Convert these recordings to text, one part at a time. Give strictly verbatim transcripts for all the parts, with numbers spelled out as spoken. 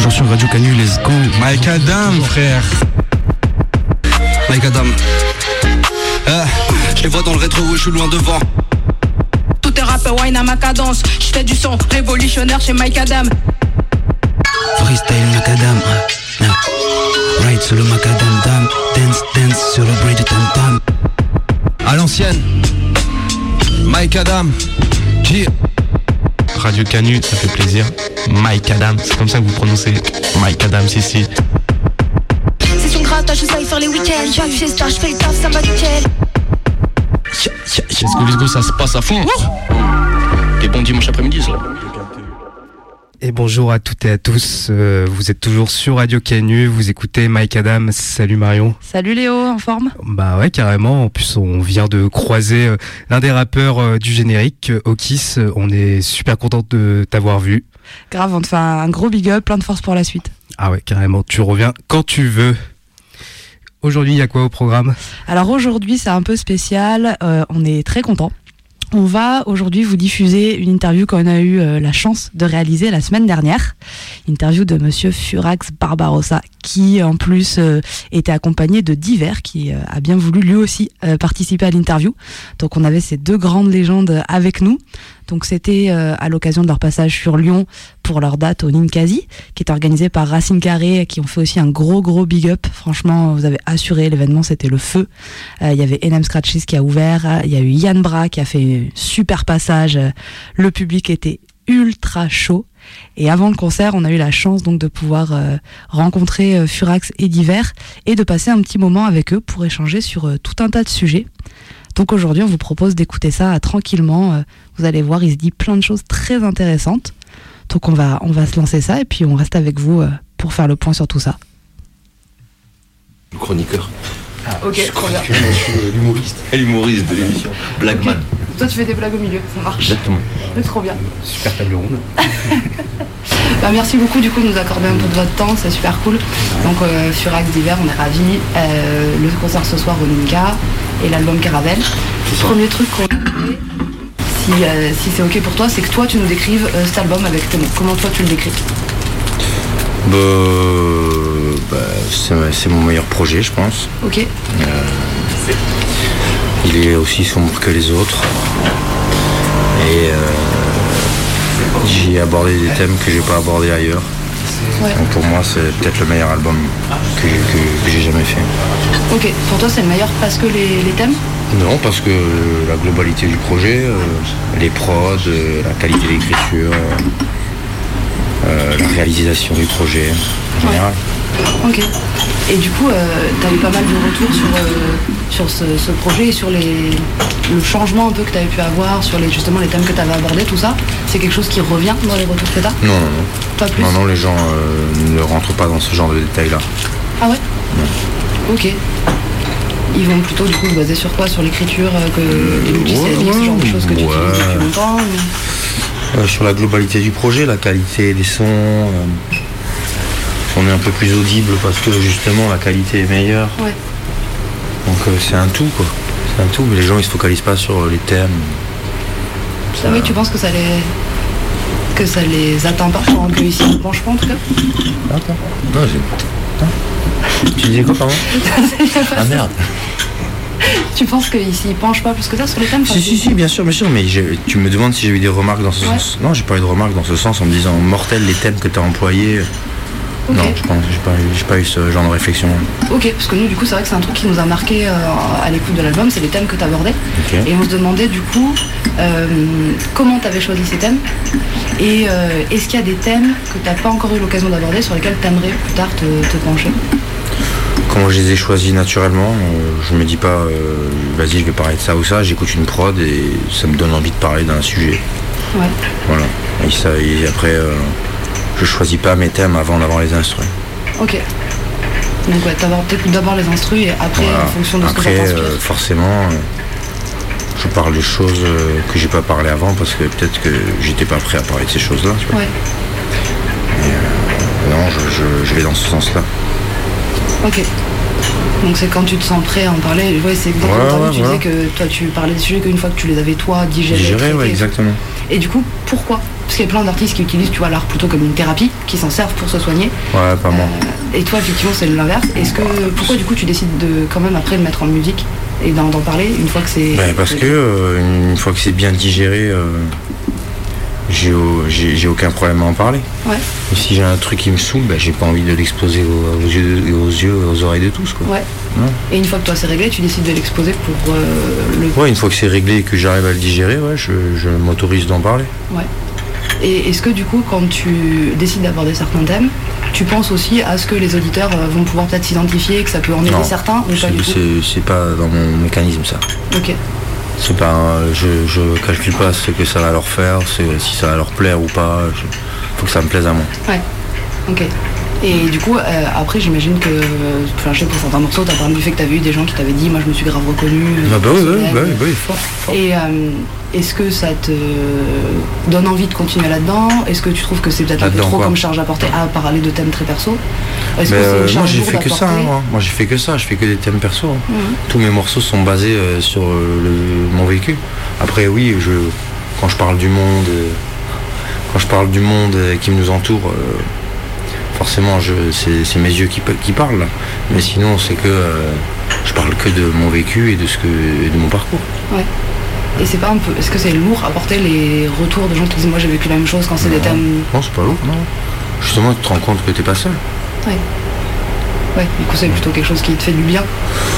toujours sur Radio Canu, let's go. Mike Adam, frère. Mike Adam. Euh, je les vois dans le rétro, je suis loin devant. Tout est rap, wine à ma cadence. Je fais du son révolutionnaire chez Mike Adam. Freestyle Macadam, yeah. Right sur le Macadam Dam. Dance, dance sur le bridge tam tam. À l'ancienne, Mike Adam. G. Radio Canu, ça fait plaisir. Mike Adam, c'est comme ça que vous prononcez Mike Adam, si si. C'est son grattage, je sais faire les week-ends. J'ai du star, je fais le taf, ça va nickel. Let's go, let's go, ça se passe à fond. Et bon dimanche après-midi, ça. Et bonjour à toutes et à tous, euh, vous êtes toujours sur Radio Canu, vous écoutez Mike Adam. Salut Marion. Salut Léo, en forme? Bah ouais, carrément, en plus on vient de croiser euh, l'un des rappeurs euh, du générique, euh, Okis, on est super content de t'avoir vu. Grave, on te fait un gros big up, plein de force pour la suite. Ah ouais, carrément, tu reviens quand tu veux. Aujourd'hui, il y a quoi au programme? Alors aujourd'hui c'est un peu spécial, euh, on est très contents. On va aujourd'hui vous diffuser une interview qu'on a eu euh, la chance de réaliser la semaine dernière. Interview de monsieur Furax Barbarossa, qui en plus euh, était accompagné de Divers, qui euh, a bien voulu lui aussi euh, participer à l'interview. Donc on avait ces deux grandes légendes avec nous. Donc c'était euh, à l'occasion de leur passage sur Lyon pour leur date au Ninkasi, qui est organisée par Racine Carré, qui ont fait aussi un gros gros big up. Franchement, vous avez assuré, l'événement c'était le feu. Il euh, y avait N M Scratches qui a ouvert, il y a eu Yann Bra qui a fait un super passage. Le public était ultra chaud. Et avant le concert, on a eu la chance donc de pouvoir euh, rencontrer euh, Furax et Divers et de passer un petit moment avec eux pour échanger sur euh, tout un tas de sujets. Donc aujourd'hui, on vous propose d'écouter ça euh, tranquillement. Euh, vous allez voir, il se dit plein de choses très intéressantes. Donc on va, on va se lancer ça et puis on reste avec vous euh, pour faire le point sur tout ça. Le chroniqueur. Ah, ok, trop bien. Je suis l'humoriste. Et l'humoriste de l'émission. Blackman. Okay. Toi, tu fais des blagues au milieu, ça marche. Exactement. C'est trop bien. Super table ronde. Bah, merci beaucoup du coup de nous accorder un peu de votre temps, c'est super cool. Donc euh, Furax d'hiver, on est ravis. Euh, le concert ce soir au Ninka et l'album Caravelle. Le premier truc qu'on a fait, si, euh, si c'est ok pour toi, c'est que toi tu nous décrives euh, cet album avec tes mots. Comment toi tu le décris? Bah, bah c'est, c'est mon meilleur projet, je pense. Ok. Euh, il est aussi sombre que les autres. Et euh, j'ai abordé des thèmes que j'ai pas abordés ailleurs. Ouais. Donc pour moi, c'est peut-être le meilleur album que, que, que j'ai jamais fait. Ok. Pour toi, c'est le meilleur parce que les, les thèmes? Non, parce que la globalité du projet, euh, les prods, euh, la qualité d'écriture, euh, euh, la réalisation du projet en général. Ouais. Ok. Et du coup, euh, tu as eu pas mal de retours sur, euh, sur ce, ce projet et sur les, le changement un peu que tu avais pu avoir, sur les, justement les thèmes que tu avais abordés, tout ça. C'est quelque chose qui revient dans les retours que tu as? Non, non, non. Pas plus? Non, non, les gens euh, ne rentrent pas dans ce genre de détails-là. Ah ouais? Non. Ok. Ils vont plutôt du coup se baser sur quoi? Sur l'écriture, euh, que les multiséries, ouais, ce genre de choses que tu ouais. utilises depuis longtemps ou... euh, Sur la globalité du projet, la qualité des sons, euh, on est un peu plus audible parce que justement la qualité est meilleure. Ouais. Donc euh, c'est un tout quoi. C'est un tout, mais les gens ils se focalisent pas sur les thèmes. Ça... Oui, tu penses que ça les que ça les atteint pas, genre que ici ne penche pas en tout cas? Attends. Non, j'ai... Tu disais quoi pardon? Ah merde. Tu penses qu'ici ils penchent pas plus que ça sur les thèmes? Si, si, si, bien sûr, bien sûr, mais j'ai... tu me demandes si j'ai eu des remarques dans ce ouais. sens. Non, j'ai pas eu de remarques dans ce sens en me disant mortel les thèmes que tu as employés. Okay. Non, je pense j'ai pas, j'ai pas eu ce genre de réflexion. Ok, parce que nous, du coup, c'est vrai que c'est un truc qui nous a marqué euh, à l'écoute de l'album, c'est les thèmes que tu abordais. Okay. Et on se demandait, du coup, euh, comment tu avais choisi ces thèmes et euh, est-ce qu'il y a des thèmes que tu n'as pas encore eu l'occasion d'aborder sur lesquels tu aimerais plus tard te, te pencher? Comment je les ai choisis naturellement, euh, je me dis pas, euh, vas-y, je vais parler de ça ou ça, j'écoute une prod et ça me donne envie de parler d'un sujet. Ouais. Voilà. Et, ça, et après. Euh, Je choisis pas mes thèmes avant d'avoir les instrus. Ok. Donc ouais, t'écoutes d'abord les instrus et après, voilà. En fonction de ce après, que ça t'inspire. Euh, forcément, euh, je parle de choses euh, que j'ai pas parlé avant parce que peut-être que j'étais pas prêt à parler de ces choses-là. Tu vois. Ouais. Et, euh, non, je, je, je vais dans ce sens-là. Ok. Donc c'est quand tu te sens prêt à en parler. Ouais, c'est dans ouais, ton ouais, tu voilà. disais que toi tu parlais des sujets qu'une fois que tu les avais toi digérés. Digérés, ouais, exactement. Et du coup, pourquoi Parce qu'il y a plein d'artistes qui utilisent, tu vois, l'art plutôt comme une thérapie, qui s'en servent pour se soigner. Ouais, pas moi. Euh, et toi, effectivement, c'est l'inverse. Est-ce que, pourquoi du coup tu décides de, quand même après de mettre en musique et d'en, d'en parler une fois que c'est... Ben, parce que euh, une fois que c'est bien digéré, euh, j'ai, j'ai, j'ai aucun problème à en parler. Ouais. Et si j'ai un truc qui me saoule, ben, j'ai pas envie de l'exposer aux, aux yeux, aux yeux, aux oreilles de tous, quoi. Ouais. Ouais. Et une fois que toi c'est réglé, tu décides de l'exposer pour euh, le... Ouais, une fois que c'est réglé et que j'arrive à le digérer, ouais, je, je m'autorise d'en parler. Ouais. Et est-ce que du coup, quand tu décides d'aborder certains thèmes, tu penses aussi à ce que les auditeurs vont pouvoir peut-être s'identifier, que ça peut en aider certains ou pas du tout ? C'est, c'est pas dans mon mécanisme, ça. Ok. C'est pas, je, je calcule pas ce que ça va leur faire, si ça va leur plaire ou pas. Il faut que ça me plaise à moi. Ouais. Ok. Et du coup, euh, après, j'imagine que, enfin, je sais pour certains morceaux, t'as parlé du fait que t'avais eu des gens qui t'avaient dit, moi je me suis grave reconnu. Ah bah oui, oui, bah oui, bah oui, fort, fort. Et euh, est-ce que ça te donne envie de continuer là-dedans ? Est-ce que tu trouves que c'est peut-être là un peu trop quoi comme charge à porter à parler de thèmes très perso ? Est-ce mais que c'est une euh, charge moi j'ai lourde fait à que porter ? ça, hein, moi. moi j'ai fait que ça, je fais que des thèmes perso. Hein. Mmh. Tous mes morceaux sont basés euh, sur euh, le, mon vécu. Après oui, je, quand je parle du monde, euh, quand je parle du monde euh, qui nous entoure. Euh, Forcément, je, c'est, c'est mes yeux qui, qui parlent, là. Mais sinon, c'est que euh, je parle que de mon vécu et de ce que, de mon parcours. Ouais. Et c'est pas un peu, est-ce que c'est lourd à porter les retours de gens qui disent moi j'ai vécu la même chose quand c'est non. des thèmes. Non, c'est pas lourd, non. Justement, tu te rends compte que t'es pas seul. Ouais. Ouais. Du coup, c'est plutôt quelque chose qui te fait du bien.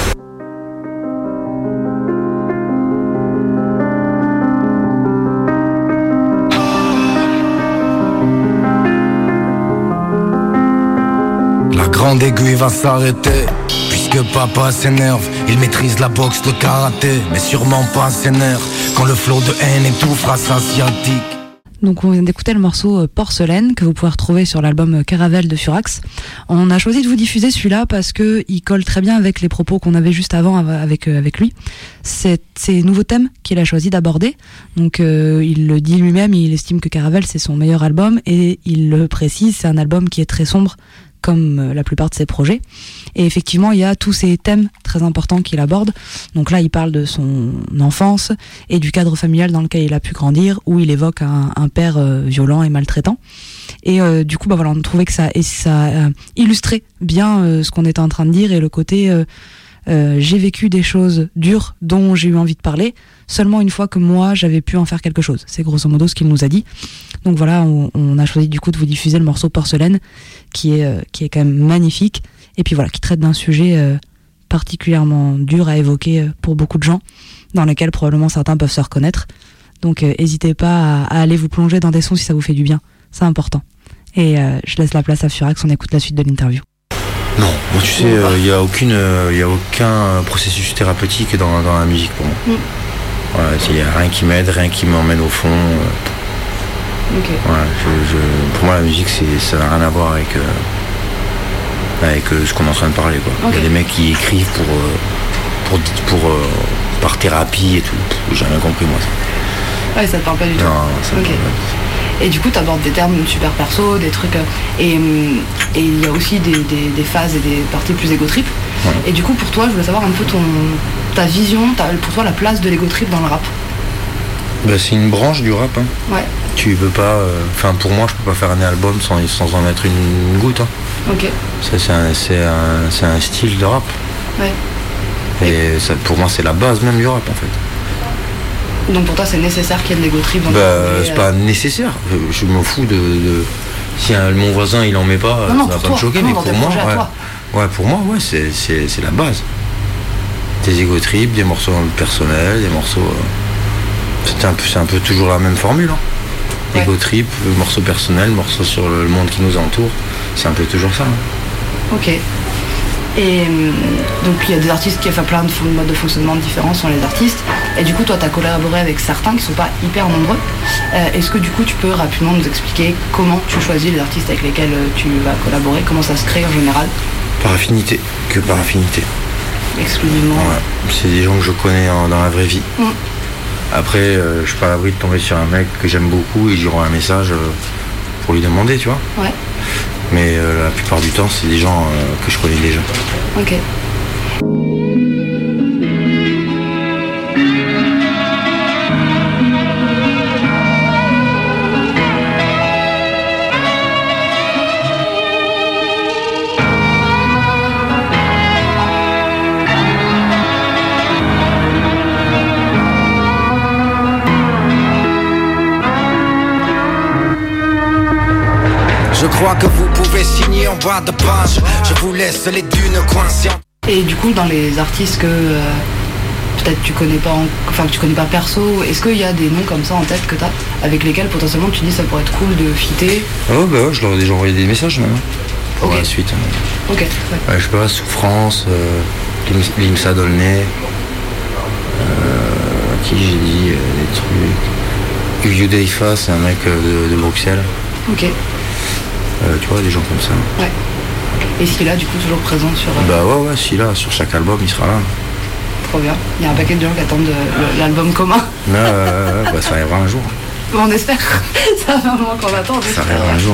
Grande aiguille va s'arrêter, puisque papa s'énerve. Il maîtrise la boxe, le karaté, mais sûrement pas ses nerfs. Quand le flot de haine étouffe race asiatique. Donc on vient d'écouter le morceau Porcelaine que vous pouvez retrouver sur l'album Caravelle de Furax. On a choisi de vous diffuser celui-là parce que il colle très bien avec les propos qu'on avait juste avant avec avec lui. C'est ces nouveaux thèmes qu'il a choisi d'aborder. Donc euh, il le dit lui-même, il estime que Caravelle c'est son meilleur album et il le précise, c'est un album qui est très sombre comme la plupart de ses projets. Et effectivement, il y a tous ces thèmes très importants qu'il aborde. Donc là, il parle de son enfance et du cadre familial dans lequel il a pu grandir, où il évoque un, un père euh, violent et maltraitant. Et euh, du coup, bah voilà, on trouvait que ça, et ça euh, illustrait bien euh, ce qu'on était en train de dire et le côté euh, euh, j'ai vécu des choses dures dont j'ai eu envie de parler seulement une fois que moi j'avais pu en faire quelque chose. C'est grosso modo ce qu'il nous a dit. Donc voilà, on, on a choisi du coup de vous diffuser le morceau Porcelaine qui est euh, qui est quand même magnifique et puis voilà, qui traite d'un sujet euh, particulièrement dur à évoquer euh, pour beaucoup de gens, dans lequel probablement certains peuvent se reconnaître. Donc euh, n'hésitez pas à, à aller vous plonger dans des sons si ça vous fait du bien, c'est important. Et euh, je laisse la place à Furax, on écoute la suite de l'interview. Non, moi tu sais, il euh, n'y a aucune, il euh, y a aucun processus thérapeutique dans, dans la musique pour moi. Mm. Voilà, il n'y a rien qui m'aide, rien qui m'emmène au fond. Okay. Voilà, je, je, pour moi la musique c'est, ça n'a rien à voir avec, euh, avec euh, ce qu'on est en train de parler, quoi. Okay. Il y a des mecs qui écrivent pour, euh, pour, pour, euh, par thérapie et tout. J'ai rien compris moi ça. Ouais, ça te parle pas du tout. Non, ça me okay. parle pas. Et du coup, tu abordes des termes super perso, des trucs. Et et il y a aussi des, des, des phases et des parties plus égo trip. Ouais. Et du coup, pour toi, je voulais savoir un peu ton, ta vision, ta, pour toi, la place de l'égo trip dans le rap. Bah, c'est une branche du rap. Hein. Ouais. Tu peux pas. Enfin, euh, pour moi, je peux pas faire un album sans, sans en mettre une, une goutte. Hein. Ok. Ça, c'est, un, c'est, un, c'est un style de rap. Ouais. Et, Et ça, pour moi, c'est la base même du rap, en fait. Donc pour toi c'est nécessaire qu'il y ait de l'ego trip dans bah, le projet, c'est pas nécessaire, je, je m'en fous de, de... Si un, mon voisin il en met pas, non, non, ça va pas toi, me choquer, non, mais pour moi, ouais, ouais, pour moi, ouais, c'est, c'est, c'est la base. Des ego trips, des morceaux personnels, des morceaux... Euh... C'est, un peu, c'est un peu toujours la même formule. Hein. Ouais. Ego trip, morceaux personnels, morceaux sur le, le monde qui nous entoure, c'est un peu toujours ça. Hein. Ok. Et donc il y a des artistes qui ont fait plein de modes de fonctionnement différents sur les artistes. Et du coup toi tu as collaboré avec certains qui sont pas hyper nombreux. Euh, est-ce que du coup tu peux rapidement nous expliquer comment tu choisis les artistes avec lesquels tu vas collaborer, comment ça se crée en général? Par affinité, que par affinité. Exclusivement. Ouais. C'est des gens que je connais en, dans la vraie vie. Mm. Après euh, je suis pas à l'abri de tomber sur un mec que j'aime beaucoup et j'y rends un message euh, pour lui demander, tu vois. Ouais. Mais euh, la plupart du temps, c'est des gens euh, que je connais déjà. Ok. crois que vous pouvez signer en bas de page. Je vous laisse les dunes coincées. Et du coup, dans les artistes que euh, peut-être tu connais pas, en... enfin que tu connais pas perso, est-ce qu'il y a des noms comme ça en tête que t'as, avec lesquels potentiellement tu dis ça pourrait être cool de fitter? Oh bah ouais, je leur ai déjà envoyé des messages même. Pour Ok. la suite. Ok. Ouais. Ouais, je sais pas, Souffrance, euh, Lim- Limsa Dolnay, euh, qui j'ai dit euh, des trucs. Hugo Deifa, c'est un mec euh, de, de Bruxelles. Ok. Euh, tu vois, des gens comme ça. Ouais. Et Scylla, du coup, toujours présent sur. euh, Bah ouais, ouais, si là, sur chaque album, il sera là. Trop bien. Il y a un paquet de gens qui attendent euh, le- l'album commun. Là, euh, bah, ça arrivera un jour. Bon, on espère. Ça fait un moment qu'on attend. on Ça espère. arrivera un jour.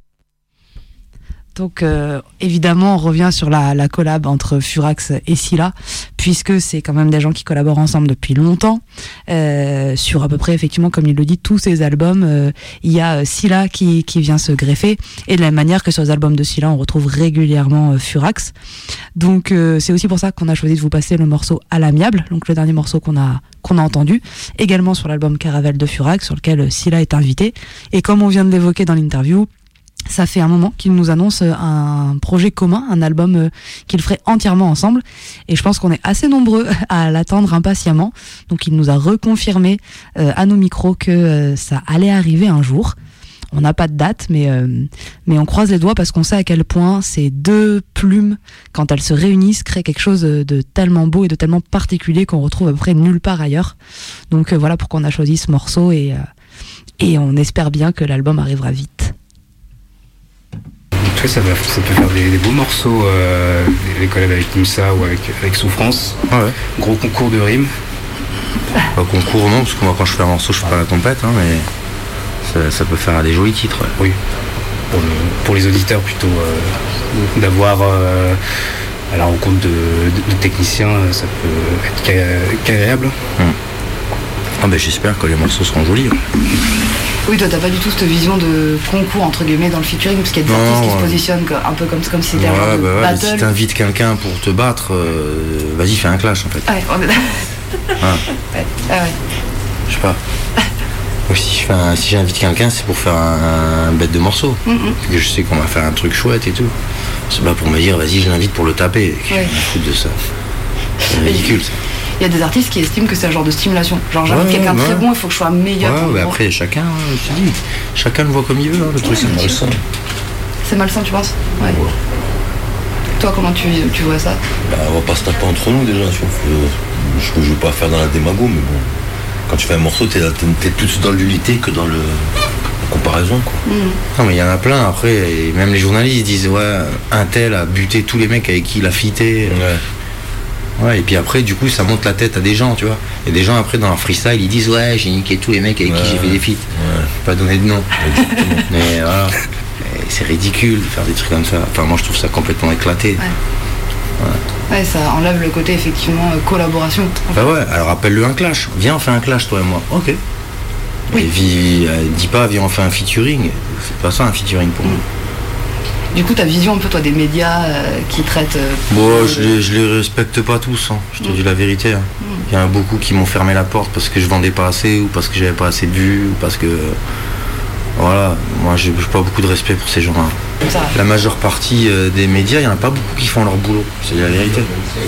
Donc euh, évidemment on revient sur la, la collab entre Furax et Scylla, puisque c'est quand même des gens qui collaborent ensemble depuis longtemps, euh, sur à peu près effectivement comme il le dit tous ces albums, euh, il y a euh, Scylla qui, qui vient se greffer, et de la même manière que sur les albums de Scylla on retrouve régulièrement euh, Furax. Donc euh, c'est aussi pour ça qu'on a choisi de vous passer le morceau À l'amiable, donc le dernier morceau qu'on a qu'on a entendu, également sur l'album Caravelle de Furax, sur lequel euh, Scylla est invité. Et comme on vient de l'évoquer dans l'interview, ça fait un moment qu'il nous annonce un projet commun, un album qu'il ferait entièrement ensemble. Et je pense qu'on est assez nombreux à l'attendre impatiemment. Donc il nous a reconfirmé euh, à nos micros que euh, ça allait arriver un jour. On n'a pas de date, mais, euh, mais on croise les doigts parce qu'on sait à quel point ces deux plumes, quand elles se réunissent, créent quelque chose de tellement beau et de tellement particulier qu'on retrouve à peu près nulle part ailleurs. Donc euh, voilà pourquoi on a choisi ce morceau et, euh, et on espère bien que l'album arrivera vite. Toi, ça, va, ça peut faire des, des beaux morceaux, euh, les collabs avec Limsa ou avec, avec Souffrance. Ah ouais. Gros concours de rimes. Pas concours non, parce que moi quand je fais un morceau, je fais pas la trompette, hein, mais ça, ça peut faire des jolis titres. Ouais. Oui. Pour, le, pour les auditeurs plutôt, euh, d'avoir euh, à la rencontre de, de, de techniciens, ça peut être ca- qu'agréable. Hum. Ah ben j'espère que les morceaux seront jolis. Hein. Oui, toi, t'as pas du tout cette vision de concours, entre guillemets, dans le featuring, parce qu'il y a des Non, artistes qui ouais. se positionnent que- un peu comme, comme si c'était un Ouais, genre de bah ouais, mais battle. si t'invites quelqu'un pour te battre, euh, vas-y fais un clash en fait. Ouais, on est là. Ah, Ouais. Ah ouais. je sais pas. Moi, si je fais un- si j'invite quelqu'un, c'est pour faire un, un bête de morceau. Mm-mm. Parce que je sais qu'on va faire un truc chouette et tout. C'est pas pour me dire vas-y je l'invite pour le taper. Je Ouais. m'en fous de ça. C'est ridicule ça. Il y a des artistes qui estiment que c'est un genre de stimulation. Genre, j'invite Ouais, quelqu'un de ouais. très bon, il faut que je sois meilleur. Ouais, pour mais le après chacun, hein, je te dis, chacun le voit comme il veut, hein, le truc c'est malsain. C'est malsain, tu penses? Ouais. Toi, comment tu, tu vois ça? Bah, on va pas se taper entre nous déjà. Tu vois. Je, je veux pas faire dans la démago, mais bon. Quand tu fais un morceau, t'es, t'es, t'es plus dans l'unité que dans le, la comparaison, quoi. Mm. Non mais il y en a plein après, et même les journalistes disent ouais, un tel a buté tous les mecs avec qui il a fité. Ouais. Ouais, et puis après du coup ça monte la tête à des gens, tu vois. Et des gens après dans leur freestyle ils disent ouais j'ai niqué tous les mecs avec Ouais. qui j'ai fait des feats. Ouais. Pas donner de nom. Mais voilà. Et c'est ridicule de faire des trucs comme ça. Enfin moi je trouve ça complètement éclaté. Ouais. Ouais, ça enlève le côté, effectivement, euh, collaboration. en Bah fait. ouais, alors appelle-le un clash. Viens on fait un clash toi et moi. Ok. Oui. Et vis- euh, dis pas viens on fait un featuring. C'est pas ça un featuring pour moi. Du coup, ta vision un peu, toi, des médias euh, qui traitent... euh, Bon, de- je les, je les respecte pas tous, hein. Je te dis la vérité. hein. Il y en a beaucoup qui m'ont fermé la porte parce que je vendais pas assez ou parce que j'avais pas assez de vues ou parce que... Voilà, moi j'ai j'ai pas beaucoup de respect pour ces gens-là. Ça. La majeure partie euh, des médias, il y en a pas beaucoup qui font leur boulot, c'est la vérité.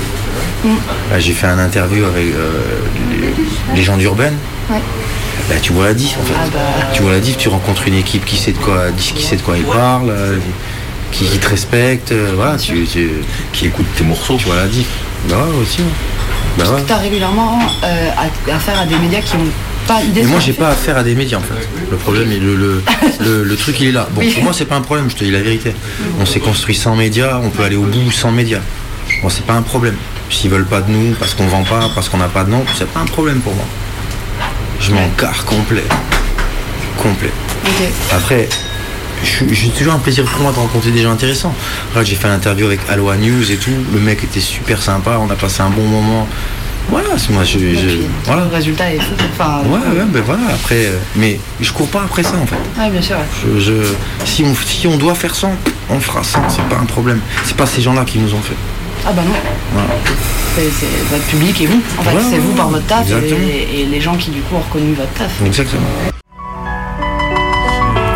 Là, j'ai fait un interview avec euh, les, les gens d'Urban. Ouais. Là, tu vois la diff en fait. Ah bah. Tu vois la diff, tu rencontres une équipe qui sait de quoi, qui sait de quoi il parle, euh, qui, qui te respecte, euh, voilà, tu, tu- Qui écoute tes morceaux. tu vois la diff. Bah ouais aussi. ouais. Bah ouais. Tu as régulièrement euh, à- affaire à des médias qui ont pas idée Et de moi ce j'ai qu'on pas affaire à des médias en fait. Le problème, il- le, le, le, le truc il est là. Bon, Oui. pour moi c'est pas un problème, je te dis la vérité. On s'est construit sans médias, on peut aller au bout sans médias. Bon, c'est pas un problème. S'ils veulent pas de nous, parce qu'on vend pas, parce qu'on n'a pas de nom, c'est pas un problème pour moi. Je m'en carre complet. Complet. fait. Ok. Après, je suis- j'ai toujours un plaisir pour moi de rencontrer des gens intéressants. Là, j'ai fait un interview avec Aloha News et tout. Le mec était super sympa, on a passé un bon moment. Voilà, c'est moi, je, Et je- puis, voilà. le résultat est fou. Enfin, Ouais, ouais, ben voilà, après, euh, mais je cours pas après ça en fait. ouais, bien sûr. Ouais. Je, je- si, on, si on doit faire ça, on fera ça, c'est pas un problème. C'est pas ces gens-là qui nous ont fait. Ah bah non. Voilà. C'est c'est votre public et vous. En fait, Ouais, c'est ouais, vous par votre taf et, exactement. et les gens qui du coup ont reconnu votre taf. Exactement.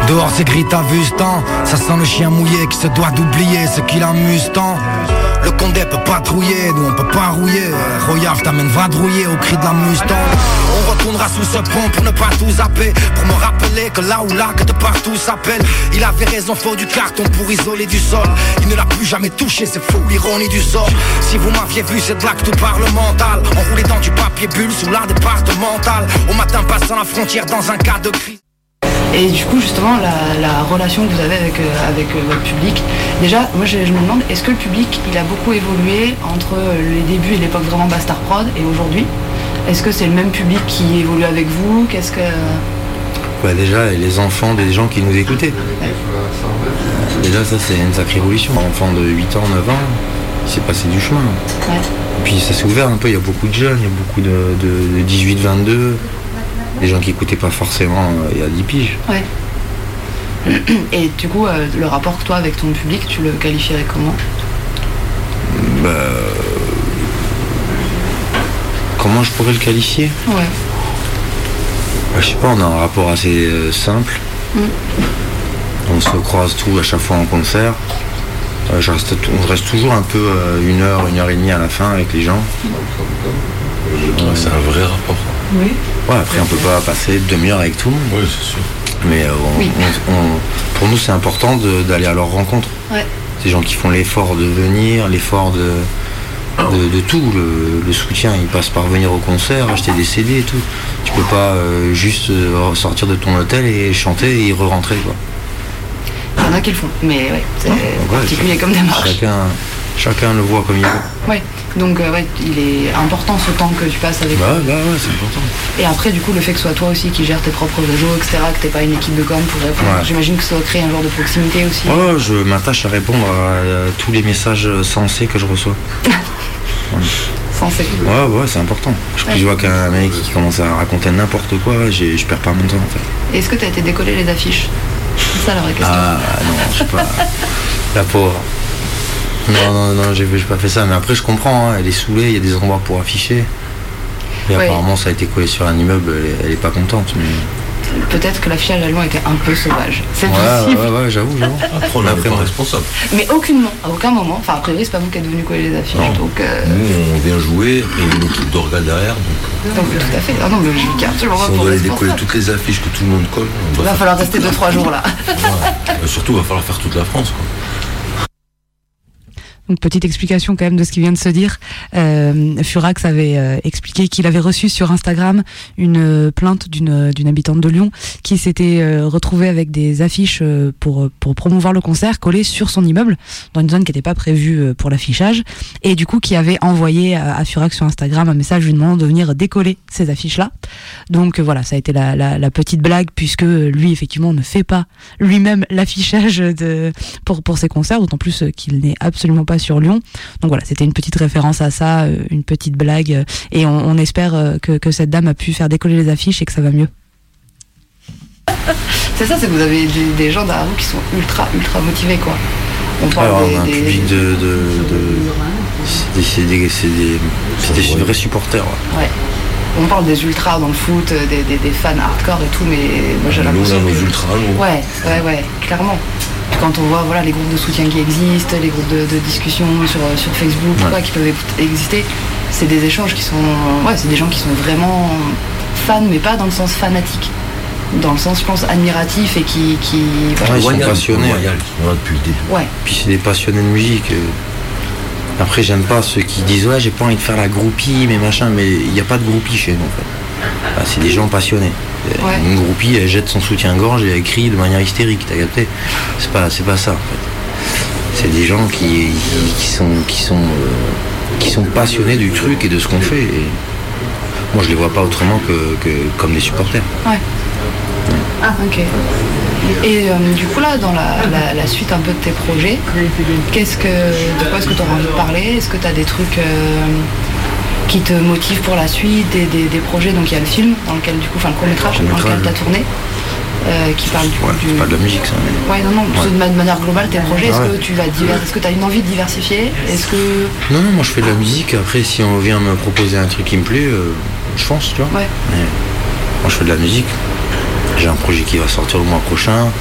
Dehors c'est gris, t'as vu ce temps. Ça sent le chien mouillé qui se doit d'oublier ce qui l'amuse tant. Le Condé peut pas trouiller, nous on peut pas rouiller. Royal t'amène vadrouiller au cri de la Mustang. On retournera sous ce pont pour ne pas tout zapper, pour me rappeler que là où là que de partout s'appelle. Il avait raison, faut du carton pour isoler du sol. Il ne l'a plus jamais touché, c'est fou l'ironie du sort. Si vous m'aviez vu cette blague tout parlementale, enroulé dans du papier bulle sous la départementale. Au matin passant la frontière dans un cas de crise. Et du coup, justement, la, la relation que vous avez avec, euh, avec euh, votre public, déjà, moi je, je me demande, est-ce que le public, il a beaucoup évolué entre les débuts et l'époque vraiment Bastard Prod et aujourd'hui? Est-ce que c'est le même public qui évolue avec vous? Qu'est-ce que... Bah déjà, les enfants des gens qui nous écoutaient. Ouais. Déjà, ça, c'est une sacrée évolution. Un enfant de huit ans, neuf ans, il s'est passé du chemin. Ouais. Et puis ça s'est ouvert un peu, il y a beaucoup de jeunes, il y a beaucoup de, de, de dix-huit vingt-deux. Des gens qui n'écoutaient pas forcément euh, il y a dix piges. Ouais. Et du coup, euh, le rapport que toi avec ton public, tu le qualifierais comment? Bah... Comment je pourrais le qualifier? Ouais. Bah, je sais pas, on a un rapport assez euh, simple. Mm. On se croise tout à chaque fois en concert. Euh, je reste, on reste toujours un peu euh, une heure, une heure et demie à la fin avec les gens. Ouais, c'est un vrai rapport. Oui. Ouais, après on peut pas passer demi-heure avec tout le monde. Oui, c'est sûr. Mais euh, on, oui. on, on, pour nous c'est important de, d'aller à leur rencontre. Ouais. Ces gens qui font l'effort de venir, l'effort de, de, de tout. Le, le soutien, il passe par venir au concert, acheter des C D et tout. Tu peux pas euh, juste euh, sortir de ton hôtel et chanter et re-rentrer quoi. Il y en a qui le font, mais ouais, c'est ouais, particulier ouais, comme démarche. Chacun, chacun le voit comme il veut. Ouais. Donc euh, ouais, il est important ce temps que tu passes avec bah, bah ouais, c'est important. Et après du coup le fait que ce soit toi aussi qui gère tes propres réseaux, et cetera, que t'aies pas une équipe de com pour répondre, ouais. J'imagine que ça doit créer un genre de proximité aussi. Ouais, je m'attache à répondre à, à tous les messages sensés que je reçois. Ouais. Sensé. Ouais, ouais, c'est important. Je, ouais. je vois qu'un mec qui commence à raconter n'importe quoi, j'ai, je perds pas mon temps en fait. Et est-ce que t'as été décoller les affiches? C'est ça la vraie question. Ah non, je sais pas. La pauvre. Non, non, non, j'ai, j'ai pas fait ça, mais après je comprends, hein, elle est saoulée, il y a des endroits pour afficher. Et ouais. Apparemment ça a été collé sur un immeuble, elle est, elle est pas contente. Mais... Peut-être que l'affichage à Lyon était un peu sauvage. C'est ouais, possible. Ouais, ouais, j'avoue, j'avoue. Après, on est pas responsable. Mais aucunement, à aucun moment. Enfin, a priori, c'est pas vous qui êtes venu coller les affiches. Non. Donc, euh... Nous, on vient jouer et une équipe d'organes derrière. Donc, donc euh... tout à fait. Ah non, mais je garde absolument pas si pour on doit aller décoller toutes les affiches que tout le monde colle. Il va, va falloir rester deux trois jours là. Ouais. Surtout, il va falloir faire toute la France, quoi. Donc petite explication quand même de ce qui vient de se dire. Euh, Furax avait euh, expliqué qu'il avait reçu sur Instagram une euh, plainte d'une d'une habitante de Lyon qui s'était euh, retrouvée avec des affiches euh, pour pour promouvoir le concert collées sur son immeuble dans une zone qui n'était pas prévue euh, pour l'affichage et du coup qui avait envoyé à, à Furax sur Instagram un message lui demandant de venir décoller ces affiches là. Donc euh, voilà, ça a été la, la la petite blague puisque lui effectivement ne fait pas lui-même l'affichage de pour pour ses concerts, d'autant plus euh, qu'il n'est absolument pas sur Lyon. Donc voilà, c'était une petite référence à ça, une petite blague, et on, on espère que, que cette dame a pu faire décoller les affiches et que ça va mieux. C'est ça, c'est que vous avez des, des gens derrière vous qui sont ultra, ultra motivés, quoi. On parle Alors, des, un des, public de... de, de c'est des, c'est des, c'est des, des vrais supporters. Ouais. Ouais. On parle des ultras dans le foot, des, des, des fans hardcore et tout, mais moi j'ai l'impression que... nos ultras, nous. Ouais, ouais, ouais, clairement. Quand on voit voilà, les groupes de soutien qui existent, les groupes de, de discussion sur, sur Facebook, ouais. quoi, qui peuvent exister, c'est des échanges qui sont... Ouais, c'est des gens qui sont vraiment fans, mais pas dans le sens fanatique. Dans le sens, je pense, admiratif et qui... qui voilà. Ouais, ils sont passionnés. Royal, depuis le début. Ouais. Puis c'est des passionnés de musique. Après, j'aime pas ceux qui disent « Ouais, j'ai pas envie de faire la groupie, mais machin », mais il n'y a pas de groupie chez nous, en fait. Bah, c'est des gens passionnés. Ouais. Une groupie, elle jette son soutien-gorge et elle crie de manière hystérique, t'as capté? C'est pas, c'est pas ça, en fait. C'est des gens qui, qui sont, qui sont, euh, qui sont passionnés du truc et de ce qu'on fait. Et moi, je les vois pas autrement que, que comme des supporters. Ouais. ouais. Ah, ok. Et euh, du coup, là, dans la, la, la suite un peu de tes projets, qu'est-ce que, de quoi est-ce que tu auras envie de parler? Est-ce que tu as des trucs... Euh, qui te motive pour la suite, des, des, des projets, donc il y a le film dans lequel du coup, enfin le court-métrage dans lequel tu as tourné, euh, qui parle du ouais, coup du... c'est pas de la musique ça. Mais... Ouais non non, ouais. de manière globale tes projets, est-ce ah ouais. que tu vas divers... est-ce que tu as une envie de diversifier? Est-ce que... Non non, moi je fais de la musique, après si on vient me proposer un truc qui me plaît, euh, je fonce, tu vois. Ouais. Mais, moi je fais de la musique, j'ai un projet qui va sortir le mois prochain,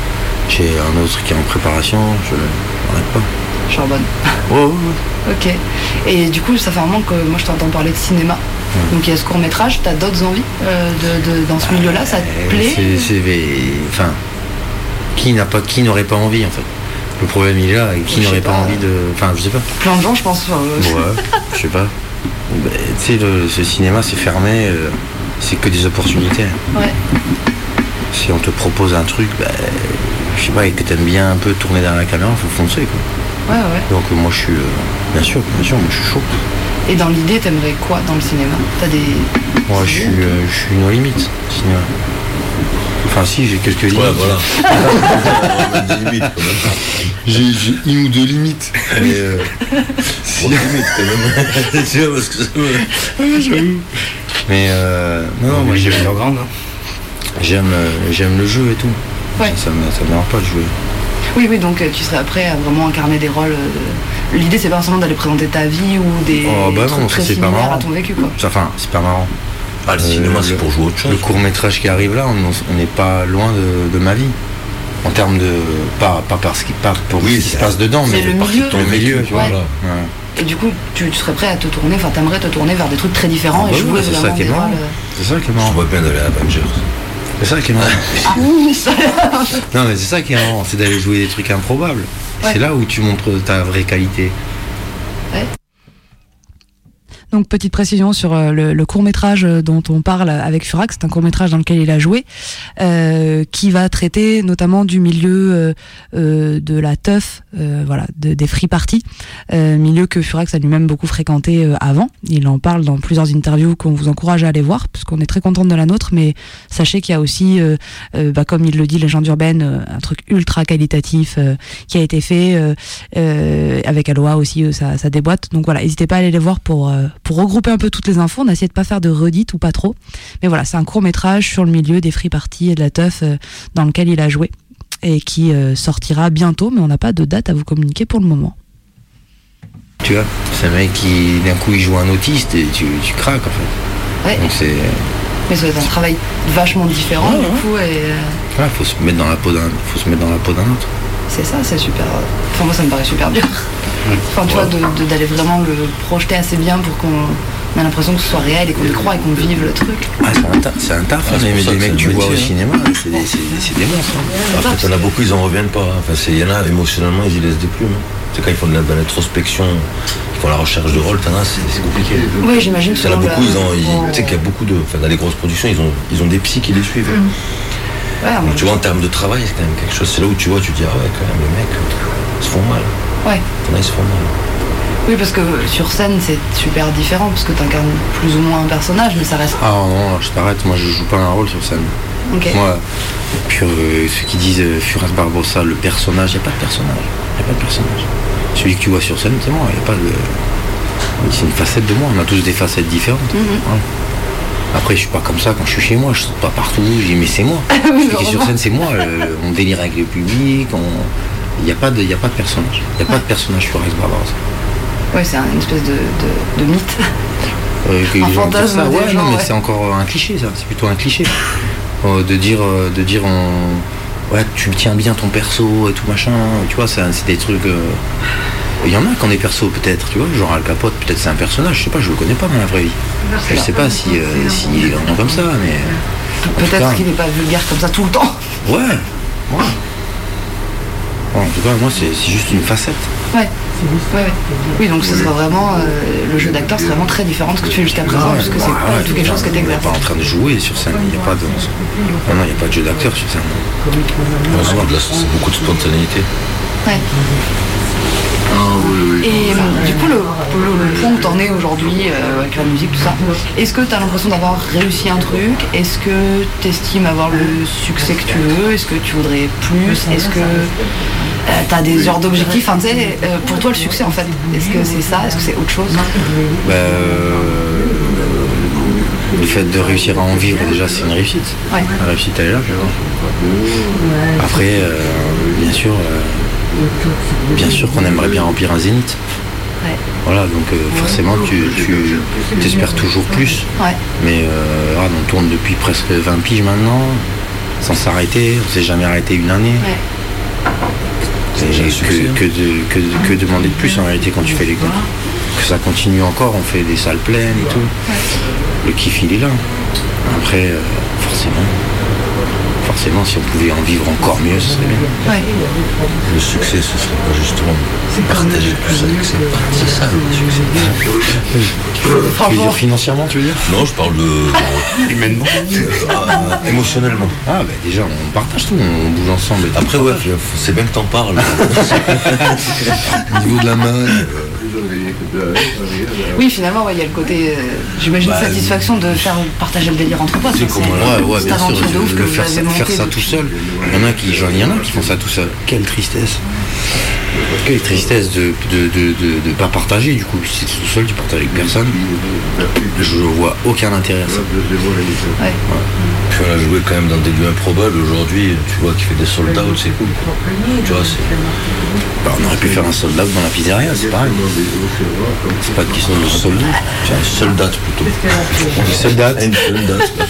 J'ai un autre qui est en préparation, je n'arrête pas. Charbonne. Ouais, ouais, ouais. Ok. Et du coup, ça fait un moment que moi je t'entends parler de cinéma. Ouais. Donc il y a ce court métrage, t'as d'autres envies euh, de, de, dans ce milieu-là, ça te euh, plaît? c'est, c'est, Enfin, qui n'a pas, qui n'aurait pas envie en fait? Le problème il est là, et qui n'aurait pas, pas envie de. Enfin, je sais pas. Plein de gens, je pense. Euh... Ouais, je sais pas. Bah, tu sais, le, ce cinéma c'est fermé, euh, c'est que des opportunités. Ouais. Si on te propose un truc, bah, je sais pas, et que t'aimes bien un peu tourner derrière la caméra, faut foncer quoi. Ouais, ouais. Donc euh, moi je suis, euh, bien sûr, bien sûr, moi je suis chaud. Et dans l'idée, t'aimerais quoi dans le cinéma? T'as des... Moi je suis, euh, je suis nos limites, cinéma. Enfin si, j'ai quelques limites. Ouais, voilà. Des limites quand même. J'ai, j'ai une ou deux limites. Oui. Et euh, c'est limite quand même. Tu vois, parce que ça me... J'avoue. Mais euh, non, non, moi j'aime leur grande. J'aime, euh, j'aime le jeu et tout. Ouais. Ça, ça me, ça me dérange pas de jouer. Oui, oui, donc tu serais prêt à vraiment incarner des rôles. Euh... L'idée, c'est pas forcément d'aller présenter ta vie ou des oh, bah trucs non, très ça, c'est similaires pas marrant. à ton vécu, quoi. Enfin, c'est pas marrant. Ah, le euh, cinéma, c'est le, pour jouer autre chose. Le court-métrage qui arrive là, on n'est pas loin de, de ma vie. En termes de... Pas, pas parce qu'il pas pour oui, ce qui se passe dedans, mais le milieu. Ton le milieu, tu vois. Ouais. Là. Ouais. Et du coup, tu, tu serais prêt à te tourner, enfin, t'aimerais te tourner vers des trucs très différents ah, et bah jouer oui, vraiment c'est ça qui est des marrant. rôles. C'est ça qui est marrant. Je vois bien d'aller à Avengers. C'est ça qui est marrant. Ah oui, ça. Non, mais c'est ça qui est marrant, c'est d'aller jouer des trucs improbables. Ouais. C'est là où tu montres ta vraie qualité. Ouais. Donc petite précision sur euh, le, le court-métrage dont on parle avec Furax, c'est un court-métrage dans lequel il a joué, euh, qui va traiter notamment du milieu euh, euh, de la teuf, euh, voilà, de, des free parties, euh, milieu que Furax a lui-même beaucoup fréquenté euh, avant. Il en parle dans plusieurs interviews qu'on vous encourage à aller voir, parce qu'on est très contente de la nôtre, mais sachez qu'il y a aussi, euh, euh, bah, comme il le dit, Légende urbaine, euh, un truc ultra qualitatif euh, qui a été fait euh, euh, avec Aloha aussi, euh, ça, ça déboîte. Donc voilà, n'hésitez pas à aller les voir pour euh, pour regrouper un peu toutes les infos. On a essayé de pas faire de redites ou pas trop, mais voilà, c'est un court métrage sur le milieu des free parties et de la teuf euh, dans lequel il a joué et qui euh, sortira bientôt, mais on n'a pas de date à vous communiquer pour le moment. Tu vois, c'est un mec qui d'un coup il joue un autiste et tu, tu craques en fait. Ouais. Donc c'est... Mais ça va être un travail vachement différent ouais, du ouais. coup et... Ouais, faut se mettre dans la peau d'un, faut se mettre dans la peau d'un autre. C'est ça, c'est super... Enfin moi ça me paraît super dur. Enfin tu ouais. vois, de, de, d'aller vraiment le projeter assez bien pour qu'on ait l'impression que ce soit réel et qu'on y croit et qu'on vive le truc. Ah, c'est un taf, c'est un taf ah, mais les mecs que tu vois au cinéma, c'est des, c'est, c'est des monstres. Hein. Après t'en as beaucoup, ils en reviennent pas. Enfin, il y en a émotionnellement, ils y laissent des plumes. C'est quand ils font de la, de l'introspection, ils font la recherche de rôle, t'en as, c'est, c'est compliqué. Oui, j'imagine que il y en a beaucoup, ils ont, ils, tu sais qu'il y a beaucoup de... Enfin, dans les grosses productions, ils ont, ils ont des psys qui les suivent. Mmh. Ouais, donc, tu vois, en termes de travail, c'est quand même quelque chose. C'est là où tu vois, tu te dis, ah ouais, quand même, les mecs, ils se font mal. Ouais. T'en as, ils se font mal. Oui, parce que sur scène, c'est super différent, parce que t'incarnes plus ou moins un personnage, mais ça reste... Ah non, je t'arrête, moi je joue pas un rôle sur scène. Okay. Moi, puis, euh, ceux qui disent euh, Furax Barbosa, le personnage, il n'y a pas de personnage. Il n'y a pas de personnage. Celui que tu vois sur scène, c'est moi, il n'y a pas de... C'est une facette de moi, on a tous des facettes différentes. Mm-hmm. Ouais. Après, je suis pas comme ça quand je suis chez moi, je saute pas partout, je dis mais c'est moi. Oui, celui qui est sur scène, c'est moi, euh, on délire avec le public, on... il n'y a, a pas de personnage. Il n'y a ouais. pas de personnage Furax Barbosa. Ouais, c'est une espèce de, de, de mythe. Euh, que un fantasme ça. Ouais, gens, non, mais ouais. c'est encore un cliché, ça. C'est plutôt un cliché. euh, de dire, euh, de dire, on... ouais, tu tiens bien ton perso et tout machin. Tu vois, c'est, c'est des trucs. Il euh... y en a qui ont des persos peut-être, tu vois, genre Al Capote, peut-être c'est un personnage. Je sais pas, je le connais pas dans la vraie vie. Je sais pas si, euh, si il est vraiment comme ça, mais. Peut-être cas... qu'il n'est pas vulgaire comme ça tout le temps. Ouais. Ouais. En tout cas, moi, c'est, c'est juste une facette. Ouais. Ouais, ouais. Oui, donc ce sera vraiment euh, le jeu d'acteur serait vraiment très différent de ce que tu fais jusqu'à présent, ouais, parce que c'est ouais, pas ouais, tout quelque chose que tu exerces. On n'est pas en train de jouer sur scène, il n'y a pas de. Non, non, il n'y a pas de jeu d'acteur sur scène. Ouais, c'est, de la... c'est beaucoup de spontanéité. Ouais. Et euh, du coup, le, le, le point où t'en es aujourd'hui euh, avec la musique, tout ça, est-ce que t'as l'impression d'avoir réussi un truc? Est-ce que t'estimes avoir le succès que tu veux? Est-ce que tu voudrais plus? Est-ce que euh, t'as des heures d'objectifs? Enfin, tu sais, euh, pour toi, le succès, en fait, est-ce que c'est ça? Est-ce que c'est autre chose? Bah, euh, le fait de réussir à en vivre, déjà, c'est une réussite. Ouais. La réussite, elle est là, je vois. Après, euh, bien sûr... Euh, Bien sûr qu'on aimerait bien remplir un zénith. Ouais. Voilà, donc euh, forcément tu, tu t'espères toujours plus. Ouais. Mais euh, ah, on tourne depuis presque vingt piges maintenant, sans s'arrêter, on s'est jamais arrêté une année. Ouais. Et que, que, de, que, que demander de plus en réalité quand tu fais les comptes. Que ça continue encore, on fait des salles pleines et tout. Le kiff il est là. Après, euh, forcément, forcément si on pouvait en vivre encore mieux, ce serait bien. Ouais. Le succès, ce serait pas justement partager plus avec ses potes. C'est ça le succès. Tu veux dire financièrement, tu veux dire? Non, je parle de... humainement. Euh, émotionnellement. Ah bah déjà on partage tout, on bouge ensemble. Après ouais, c'est bien que t'en parles. Au niveau de la main. Euh... Oui, finalement, il ouais, y a le côté, euh, j'imagine, bah, satisfaction de faire partager le délire entre potes. C'est comme ouais, ouais, bien sûr, de ouf que le faire, ça, faire ça tout seul. Il y en a qui, il y en a qui font ça tout seul. Quelle tristesse. Quelle tristesse de de, de, de, de pas partager. Du coup, si tu es tout seul, tu partages avec personne. Je vois aucun intérêt à ça. Ouais. Puis on a joué quand même dans des lieux improbables. Aujourd'hui, tu vois, qui fait des sold out, c'est cool. Tu vois, c'est... Bah, on aurait pu faire un sold out dans la pizzeria, c'est pareil. C'est pas une question de sold out. C'est un sold out plutôt. Une sold out. Une sold out.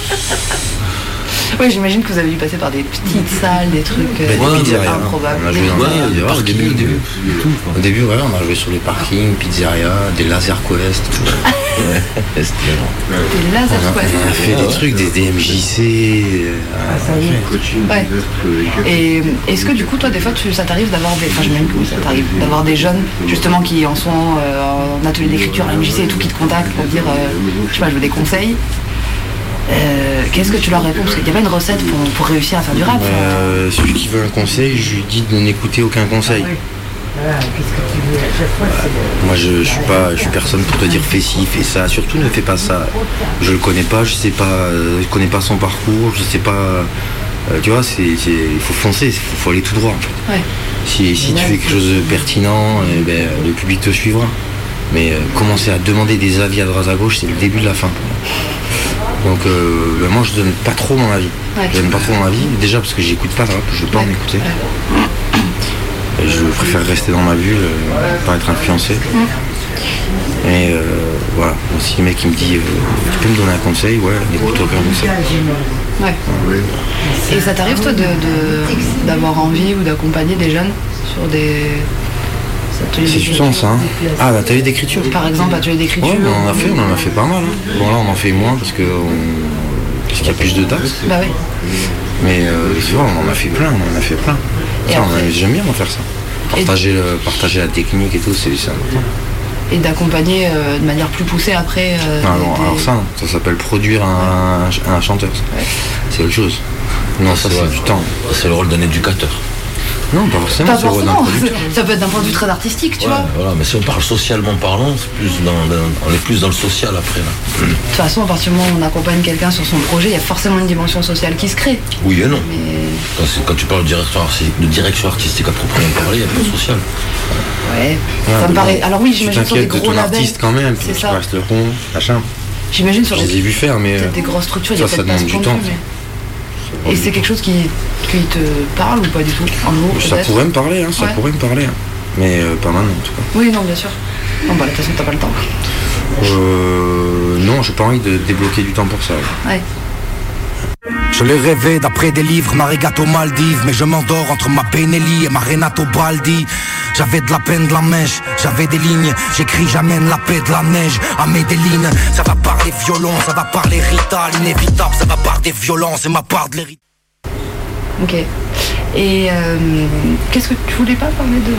Oui, j'imagine que vous avez dû passer par des petites salles, des trucs euh, bah, ouais, pizzeria, improbables. On a joué dans ouais, des, des au début, au début, au début ouais, on a joué sur les parkings, pizzeria, des laser quest, tout. Ouais, des laser quest. On a fait des trucs, des D M J C. Ah, ça y est. Ouais. Et est-ce que du coup, toi, des fois, tu, ça t'arrive d'avoir des, enfin, j'imagine que ça t'arrive d'avoir des jeunes justement qui en sont euh, en atelier d'écriture, M J C et tout, qui te contactent pour dire, euh, je sais pas, je veux des conseils. Euh, qu'est-ce que tu leur réponds? Parce qu'il n'y a pas une recette pour, pour réussir à faire du rap. Euh, celui qui veut un conseil, je lui dis de n'écouter aucun conseil. Voilà, qu'est-ce que tu veux? À chaque fois, c'est... Moi je, je suis pas je suis personne pour te dire fais ci, fais ça, surtout ne fais pas ça. Je le connais pas, je sais pas, euh, je connais pas son parcours, je sais pas. Euh, tu vois, c'est, c'est, il faut foncer, il faut, faut aller tout droit en fait. Ouais. Si, si tu fais quelque chose de pertinent, eh ben, le public te suivra. Mais euh, commencer à demander des avis à droite à gauche, c'est le début de la fin pour moi. Donc euh, ben moi je donne pas trop mon avis. Ouais. Je donne pas trop mon avis, déjà parce que j'écoute pas, hein, je veux pas ouais. en écouter. Ouais. Et je préfère rester dans ma bulle, euh, pas être influencé. Ouais. Et euh, voilà, donc, si le mec il me dit euh, tu peux me donner un conseil, ouais, n'écoute aucun conseil. Ouais. Ouais. Et ça t'arrive toi de, de, d'avoir envie ou d'accompagner des jeunes sur des... C'est du sens, hein. Ah, l'atelier d'écriture. Par exemple, atelier d'écriture. Ouais, on en a fait, on en a fait pas mal. Hein. Bon là, on en fait moins parce que on... parce qu'il y a plus de taxes. Bah oui. Mais euh, tu vois, on en a fait plein, on en a fait plein. Ça, on a... J'aime bien en faire ça. Partager, et... le... partager la technique et tout, c'est, c'est important. Et d'accompagner euh, de manière plus poussée après. Euh, ah, non, des... Alors ça, ça s'appelle produire un, ouais. un chanteur. Ouais. C'est autre chose. Non, ça, ça c'est du temps. C'est le rôle d'un éducateur. Non, pas forcément, pas forcément. Ça peut être d'un point de vue très artistique, tu ouais, vois. Voilà, mais si on parle socialement parlant, c'est plus dans, dans, on est plus dans le social après. Là. De toute façon, à partir du moment où on accompagne quelqu'un sur son projet, il y a forcément une dimension sociale qui se crée. Oui et non. Mais... Quand, quand tu parles de direction, de direction artistique à proprement parler, il y a plus de social. Ouais, ouais ça me paraît. Alors oui, j'imagine sur des gros de ton labels. artiste quand même, puis tu restes rond, machin. J'imagine sur Je les ai vus faire, mais des grosses structures, il y a ça demande du temps. Et c'est quelque chose qui, qui te parle ou pas du tout en gros, ça pourrait me parler, hein, ça ouais. pourrait me parler. Hein. Mais euh, pas maintenant en tout cas. Oui, non, bien sûr. Non, bah de toute façon, t'as pas le temps. Euh, non, j'ai pas envie de débloquer du temps pour ça. Ouais. ouais. Je l'ai rêvé d'après des livres, Marigato Maldives. Mais je m'endors entre ma Benelli et ma Renato Baldi. J'avais de la peine de la mèche, j'avais des lignes. J'écris j'amène la paix de la neige à Medellin. Ça va parler violon, ça va parler Rita. L'inévitable, ça va parler violence et ma part de l'héritage. Ok. Et euh, qu'est-ce que tu voulais pas parler de...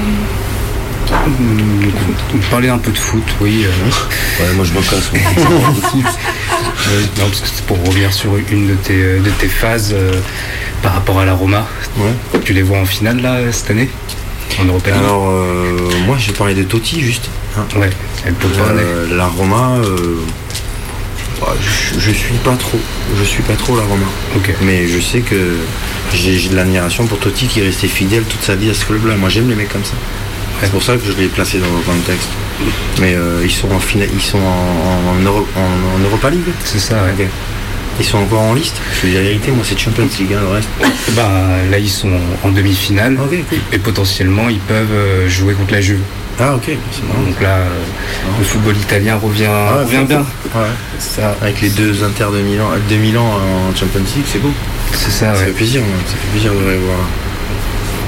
Mmh, parler un peu de foot, oui. Euh... Ouais, moi je me casse. euh, non, parce que c'est pour revenir sur une de tes, de tes phases euh, par rapport à la Roma. Ouais. Tu les vois en finale là cette année en Europa League. Alors euh, moi j'ai parlé de Totti juste. Hein. Ouais. Elle peut euh, la Roma. Euh... Bah, je, je suis pas trop, je suis pas trop la Roma. Okay. Mais je sais que j'ai, j'ai de l'admiration pour Totti qui est resté fidèle toute sa vie à ce club-là. Moi j'aime les mecs comme ça. C'est pour ça que je l'ai placé dans le contexte. Mais euh, ils sont en finale, ils sont en, en, en, Euro, en, en Europa League. C'est ça, ouais. Okay. Ils sont encore en liste. Je veux dire la vérité, moi c'est Champions League, hein, le reste. Bah là ils sont en demi-finale. Okay, cool. Et potentiellement ils peuvent jouer contre la Juve. Ah ok, c'est marrant. Donc là, euh, le football italien revient, ah, revient bien. Ouais. Ça. Avec les deux Inter de Milan, de Milan en Champions League, c'est beau. C'est ça, ça ouais. fait plaisir, ça fait plaisir de les voir.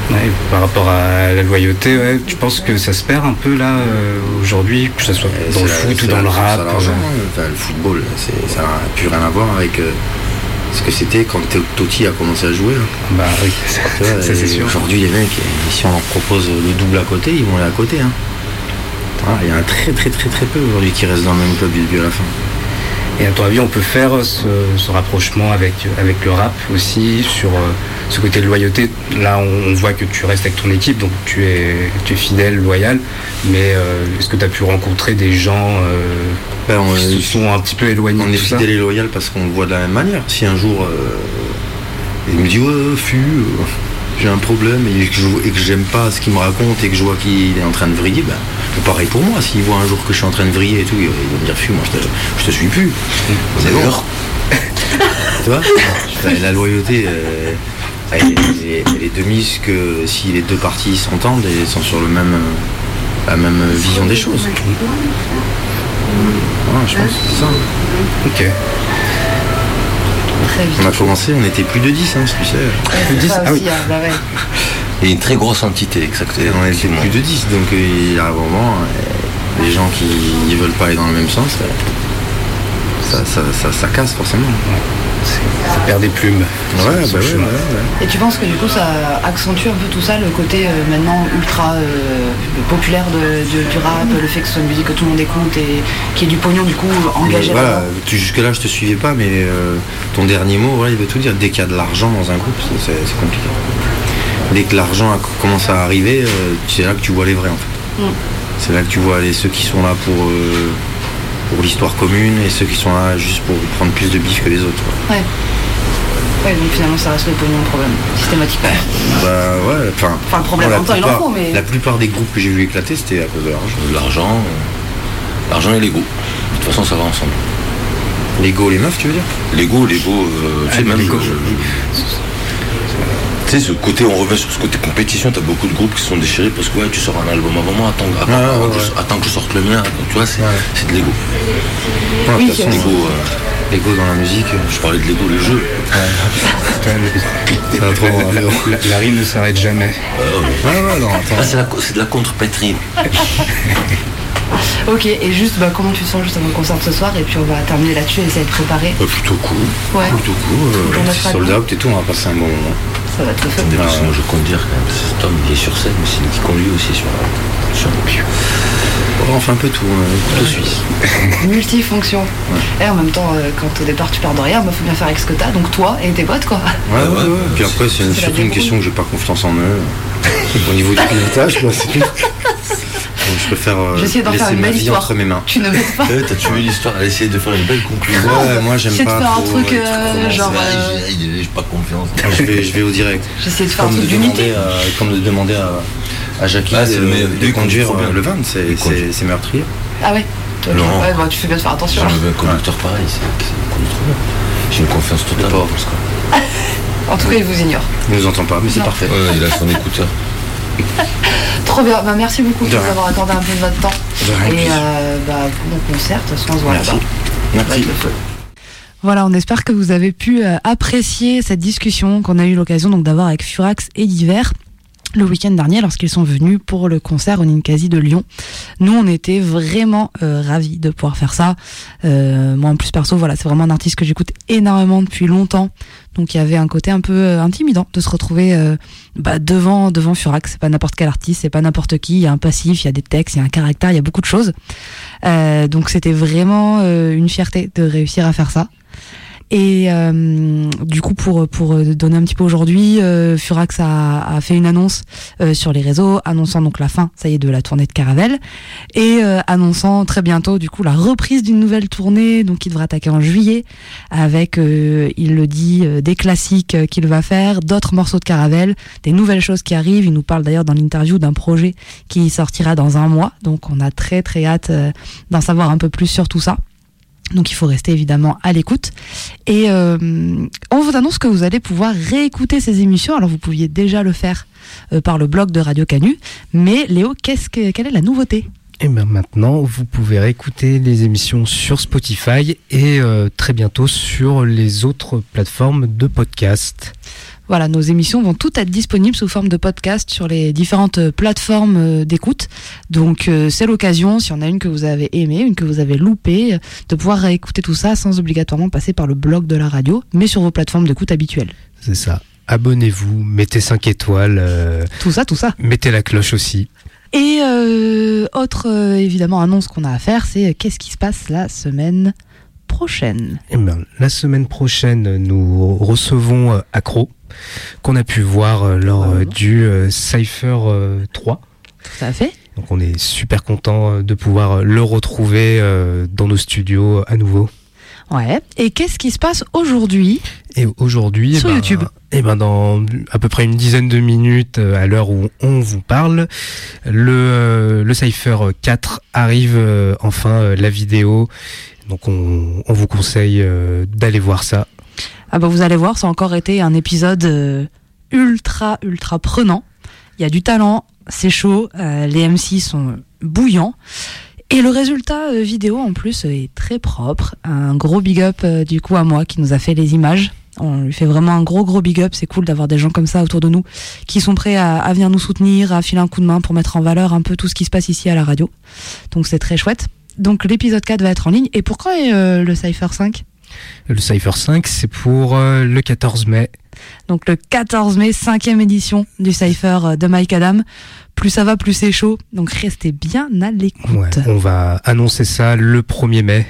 Ouais, par rapport à la loyauté, ouais, tu penses que ça se perd un peu là euh, aujourd'hui, que ce soit Et dans le la, foot ou dans la, le rap euh... enfin, le football, c'est, ça n'a plus rien à voir avec euh, ce que c'était quand Totti a commencé à jouer. Hein. Bah oui, ça, vois, ça c'est sûr. Aujourd'hui, les mecs, si on leur propose le double à côté, ils vont aller à côté. Hein. Voilà, il y a un très très très très peu aujourd'hui qui reste dans le même club du début à la fin. Et à ton avis, on peut faire ce, ce rapprochement avec, avec le rap aussi, sur euh, ce côté de loyauté. Là, on, on voit que tu restes avec ton équipe, donc tu es, tu es fidèle, loyal. Mais euh, est-ce que tu as pu rencontrer des gens euh, ben, on, qui se sont un petit peu éloignés On de est tout fidèle ça et loyal parce qu'on le voit de la même manière. Si un jour, euh, il me dit ouais, Fu, euh, j'ai un problème et que, je, et que j'aime pas ce qu'il me raconte et que je vois qu'il est en train de vriller, ben, pareil pour moi. S'il voit un jour que je suis en train de vriller et tout, il va me dire Fu, moi je te, je te suis plus. C'est bon. Tu vois, la loyauté, euh, elle, elle, elle est de mise que si les deux parties s'entendent et sont sur le même, la même vision des choses. Ouais, je pense que c'est ça. Ok. On a commencé, on était plus de dix, hein, tu sais. Ouais, dix, ah oui. Hein, bah ouais. Et une très grosse entité, exactement. On était plus de dix, donc il y a un moment, les gens qui ne veulent pas aller dans le même sens, ça, ça, ça, ça casse forcément. Ouais. Ça perd des plumes. Ouais, bah ouais, ouais, ouais. Et tu penses que du coup ça accentue un peu tout ça, le côté euh, maintenant ultra euh, populaire de, de, du rap, le fait que ce soit une musique que tout le monde écoute et qu'il y ait du pognon du coup engagé voilà, là-dedans. Jusque-là je te suivais pas, mais euh, ton dernier mot, voilà, il veut tout dire. Dès qu'il y a de l'argent dans un groupe, c'est, c'est compliqué. Dès que l'argent a, commence à arriver, euh, c'est là que tu vois les vrais en fait. Mm. C'est là que tu vois les, ceux qui sont là pour, euh, pour l'histoire commune et ceux qui sont là juste pour prendre plus de bif que les autres. Quoi. Ouais. Ouais, donc finalement ça reste le pognon le problème, systématiquement. Bah ouais, enfin. Enfin le problème en temps il en faut, mais. La plupart des groupes que j'ai vu éclater c'était à cause de l'argent. L'argent, euh, l'argent et l'ego. De toute façon ça va ensemble. L'ego, les meufs tu veux dire? L'ego, l'ego, euh, tu sais, même. l'ego. Je, Tu sais, ce côté, on revient sur ce côté compétition, t'as beaucoup de groupes qui se sont déchirés parce que ouais, tu sors un album avant moi, attends, attends, ah, attends, ouais, que, ouais. je, attends que je sorte le mien, attends, tu vois, c'est, ouais. c'est de l'ego. Ouais, oui, de toute façon, l'ego, euh, l'ego dans la musique. Je parlais de l'ego, les jeux. Ouais. Ça trop, la, la, la rime ne s'arrête jamais. Euh, ouais, ouais, non, attends. Ah, c'est, la, c'est de la contre-pétrine. Ok, et juste bah, comment tu te sens juste avant le concert de ce soir et puis on va terminer là-dessus et essayer de préparer. Euh, plutôt cool. Ouais. Plutôt cool. Euh, c'est sold out et tout, on va passer un bon moment. Ça va être fun. Ah, ouais. Sinon je compte dire quand même, cet homme il est sur scène, mais c'est lui qui conduit aussi sur sur le pied. On fait un peu tout, euh, tout suisse. Multifonction. Ouais. Et en même temps, euh, quand au départ tu pars de rien, il bah, faut bien faire avec ce que t'as, donc toi et tes potes quoi. Ouais, ouais, ouais. ouais. Puis après c'est, une, c'est surtout une question que j'ai pas confiance en eux. Au niveau du pilotage, quoi, c'est tout. Je préfère euh, laisser d'en faire une ma belle vie histoire. entre mes mains. Tu ne m'aides pas. Ouais, t'as tué l'histoire, elle a essayé de faire une belle conclusion. Ouais, moi j'aime J'essaie pas. de faire trop, un truc ouais, euh, genre. Euh... J'ai, j'ai pas confiance. Je vais, je vais au direct. J'essaie de faire comme un truc de d'unité. À, comme de demander à, à Jackie ah, de, de, de conduire euh, le van, c'est, c'est, c'est meurtrier. Ah ouais. Toi, non. Ouais, bah, tu fais bien de faire attention. J'ai un conducteur ouais. pareil, c'est, c'est conduit trop bien. J'ai une confiance totale. En tout cas, il vous ignore. Il nous entend pas, mais c'est non. parfait. Ouais, il a son écouteur. Trop bien, bah, merci beaucoup de, de nous avoir accordé un peu de votre temps. De et euh, bah, bon concert, de toute façon on se voit merci. là-bas. Merci. Voilà, on espère que vous avez pu euh, apprécier cette discussion qu'on a eu l'occasion donc d'avoir avec Furax et Diver le week-end dernier lorsqu'ils sont venus pour le concert au Ninkasi de Lyon. Nous, on était vraiment euh, ravis de pouvoir faire ça. Euh, moi, en plus perso, voilà, c'est vraiment un artiste que j'écoute énormément depuis longtemps. Donc, il y avait un côté un peu euh, intimidant de se retrouver euh, bah, devant devant Furax. C'est pas n'importe quel artiste, c'est pas n'importe qui. Il y a un passif, il y a des textes, il y a un caractère, il y a beaucoup de choses. Euh, donc, c'était vraiment euh, une fierté de réussir à faire ça. Et euh, du coup, pour pour donner un petit peu aujourd'hui, euh, Furax a, a fait une annonce euh, sur les réseaux, annonçant donc la fin, ça y est, de la tournée de Caravelle, et euh, annonçant très bientôt du coup la reprise d'une nouvelle tournée, donc qui devra attaquer en juillet, avec, euh, il le dit, euh, des classiques euh, qu'il va faire, d'autres morceaux de Caravelle, des nouvelles choses qui arrivent. Il nous parle d'ailleurs dans l'interview d'un projet qui sortira dans un mois, donc on a très très hâte euh, d'en savoir un peu plus sur tout ça. Donc il faut rester évidemment à l'écoute. Et euh, on vous annonce que vous allez pouvoir réécouter ces émissions. Alors vous pouviez déjà le faire euh, par le blog de Radio Canu. Mais Léo, qu'est-ce que, quelle est la nouveauté ? Et bien maintenant, vous pouvez réécouter les émissions sur Spotify et euh, très bientôt sur les autres plateformes de podcast. Voilà, nos émissions vont toutes être disponibles sous forme de podcast sur les différentes plateformes d'écoute. Donc euh, c'est l'occasion, si on a une que vous avez aimée, une que vous avez loupée, de pouvoir réécouter tout ça sans obligatoirement passer par le blog de la radio, mais sur vos plateformes d'écoute habituelles. C'est ça. Abonnez-vous, mettez cinq étoiles. Euh, tout ça, tout ça. Mettez la cloche aussi. Et euh, autre euh, évidemment annonce qu'on a à faire, c'est euh, qu'est-ce qui se passe la semaine prochaine. Eh ben, la semaine prochaine, nous recevons euh, Accro, qu'on a pu voir euh, lors euh, du euh, Cypher euh, trois. Tout à fait. Donc on est super content de pouvoir le retrouver euh, dans nos studios à nouveau. Ouais. Et qu'est-ce qui se passe aujourd'hui ? Et aujourd'hui, sur eh ben, YouTube. Et ben dans à peu près une dizaine de minutes, à l'heure où on vous parle, le euh, le Cypher quatre arrive euh, enfin euh, la vidéo. Donc on, on vous conseille euh, d'aller voir ça. Ah bah vous allez voir, ça a encore été un épisode euh, ultra ultra prenant. Il y a du talent, c'est chaud, euh, les M C sont bouillants. Et le résultat euh, vidéo en plus euh, est très propre. Un gros big up euh, du coup à moi qui nous a fait les images. On lui fait vraiment un gros gros big up. C'est cool d'avoir des gens comme ça autour de nous qui sont prêts à, à venir nous soutenir, à filer un coup de main pour mettre en valeur un peu tout ce qui se passe ici à la radio. Donc c'est très chouette. Donc l'épisode quatre va être en ligne. Et pourquoi euh, le Cypher cinq ? Le Cypher cinq, c'est pour euh, le quatorze mai. Donc le quatorze mai, cinquième édition du Cypher de Mike Adam. Plus ça va, plus c'est chaud. Donc restez bien à l'écoute. Ouais, on va annoncer ça le premier mai.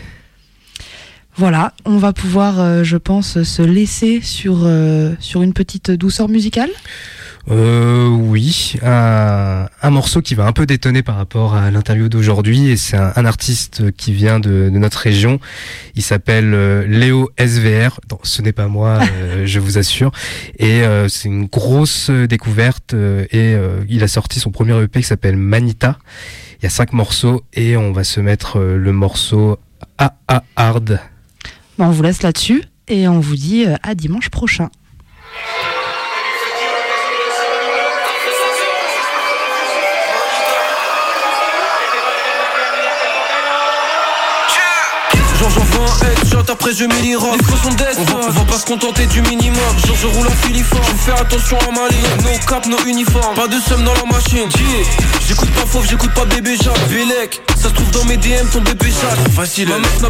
Voilà, on va pouvoir, euh, je pense, se laisser sur, euh, sur une petite douceur musicale. Euh, oui, un, un morceau qui va un peu détonner par rapport à l'interview d'aujourd'hui, et c'est un, un artiste qui vient de, de notre région. Il s'appelle euh, Léo S V R. Non, ce n'est pas moi, euh, je vous assure. Et euh, c'est une grosse découverte. Euh, et euh, il a sorti son premier E P qui s'appelle Manita. Il y a cinq morceaux et on va se mettre euh, le morceau A A Hard. Bon, on vous laisse là-dessus et on vous dit euh, à dimanche prochain. Genre j'envoie un headshot, après je mets les robes. Les flots sont dead, on va, on va pas se contenter du minimum. Genre je roule en filiforme, je fais attention à ma ligne. No cap, no uniforme, pas de somme dans la machine. Yeah. J'écoute pas fauve, j'écoute pas bébé Jacques. Bélec, ça se trouve dans mes D M, ton bébé Jacques. Facile.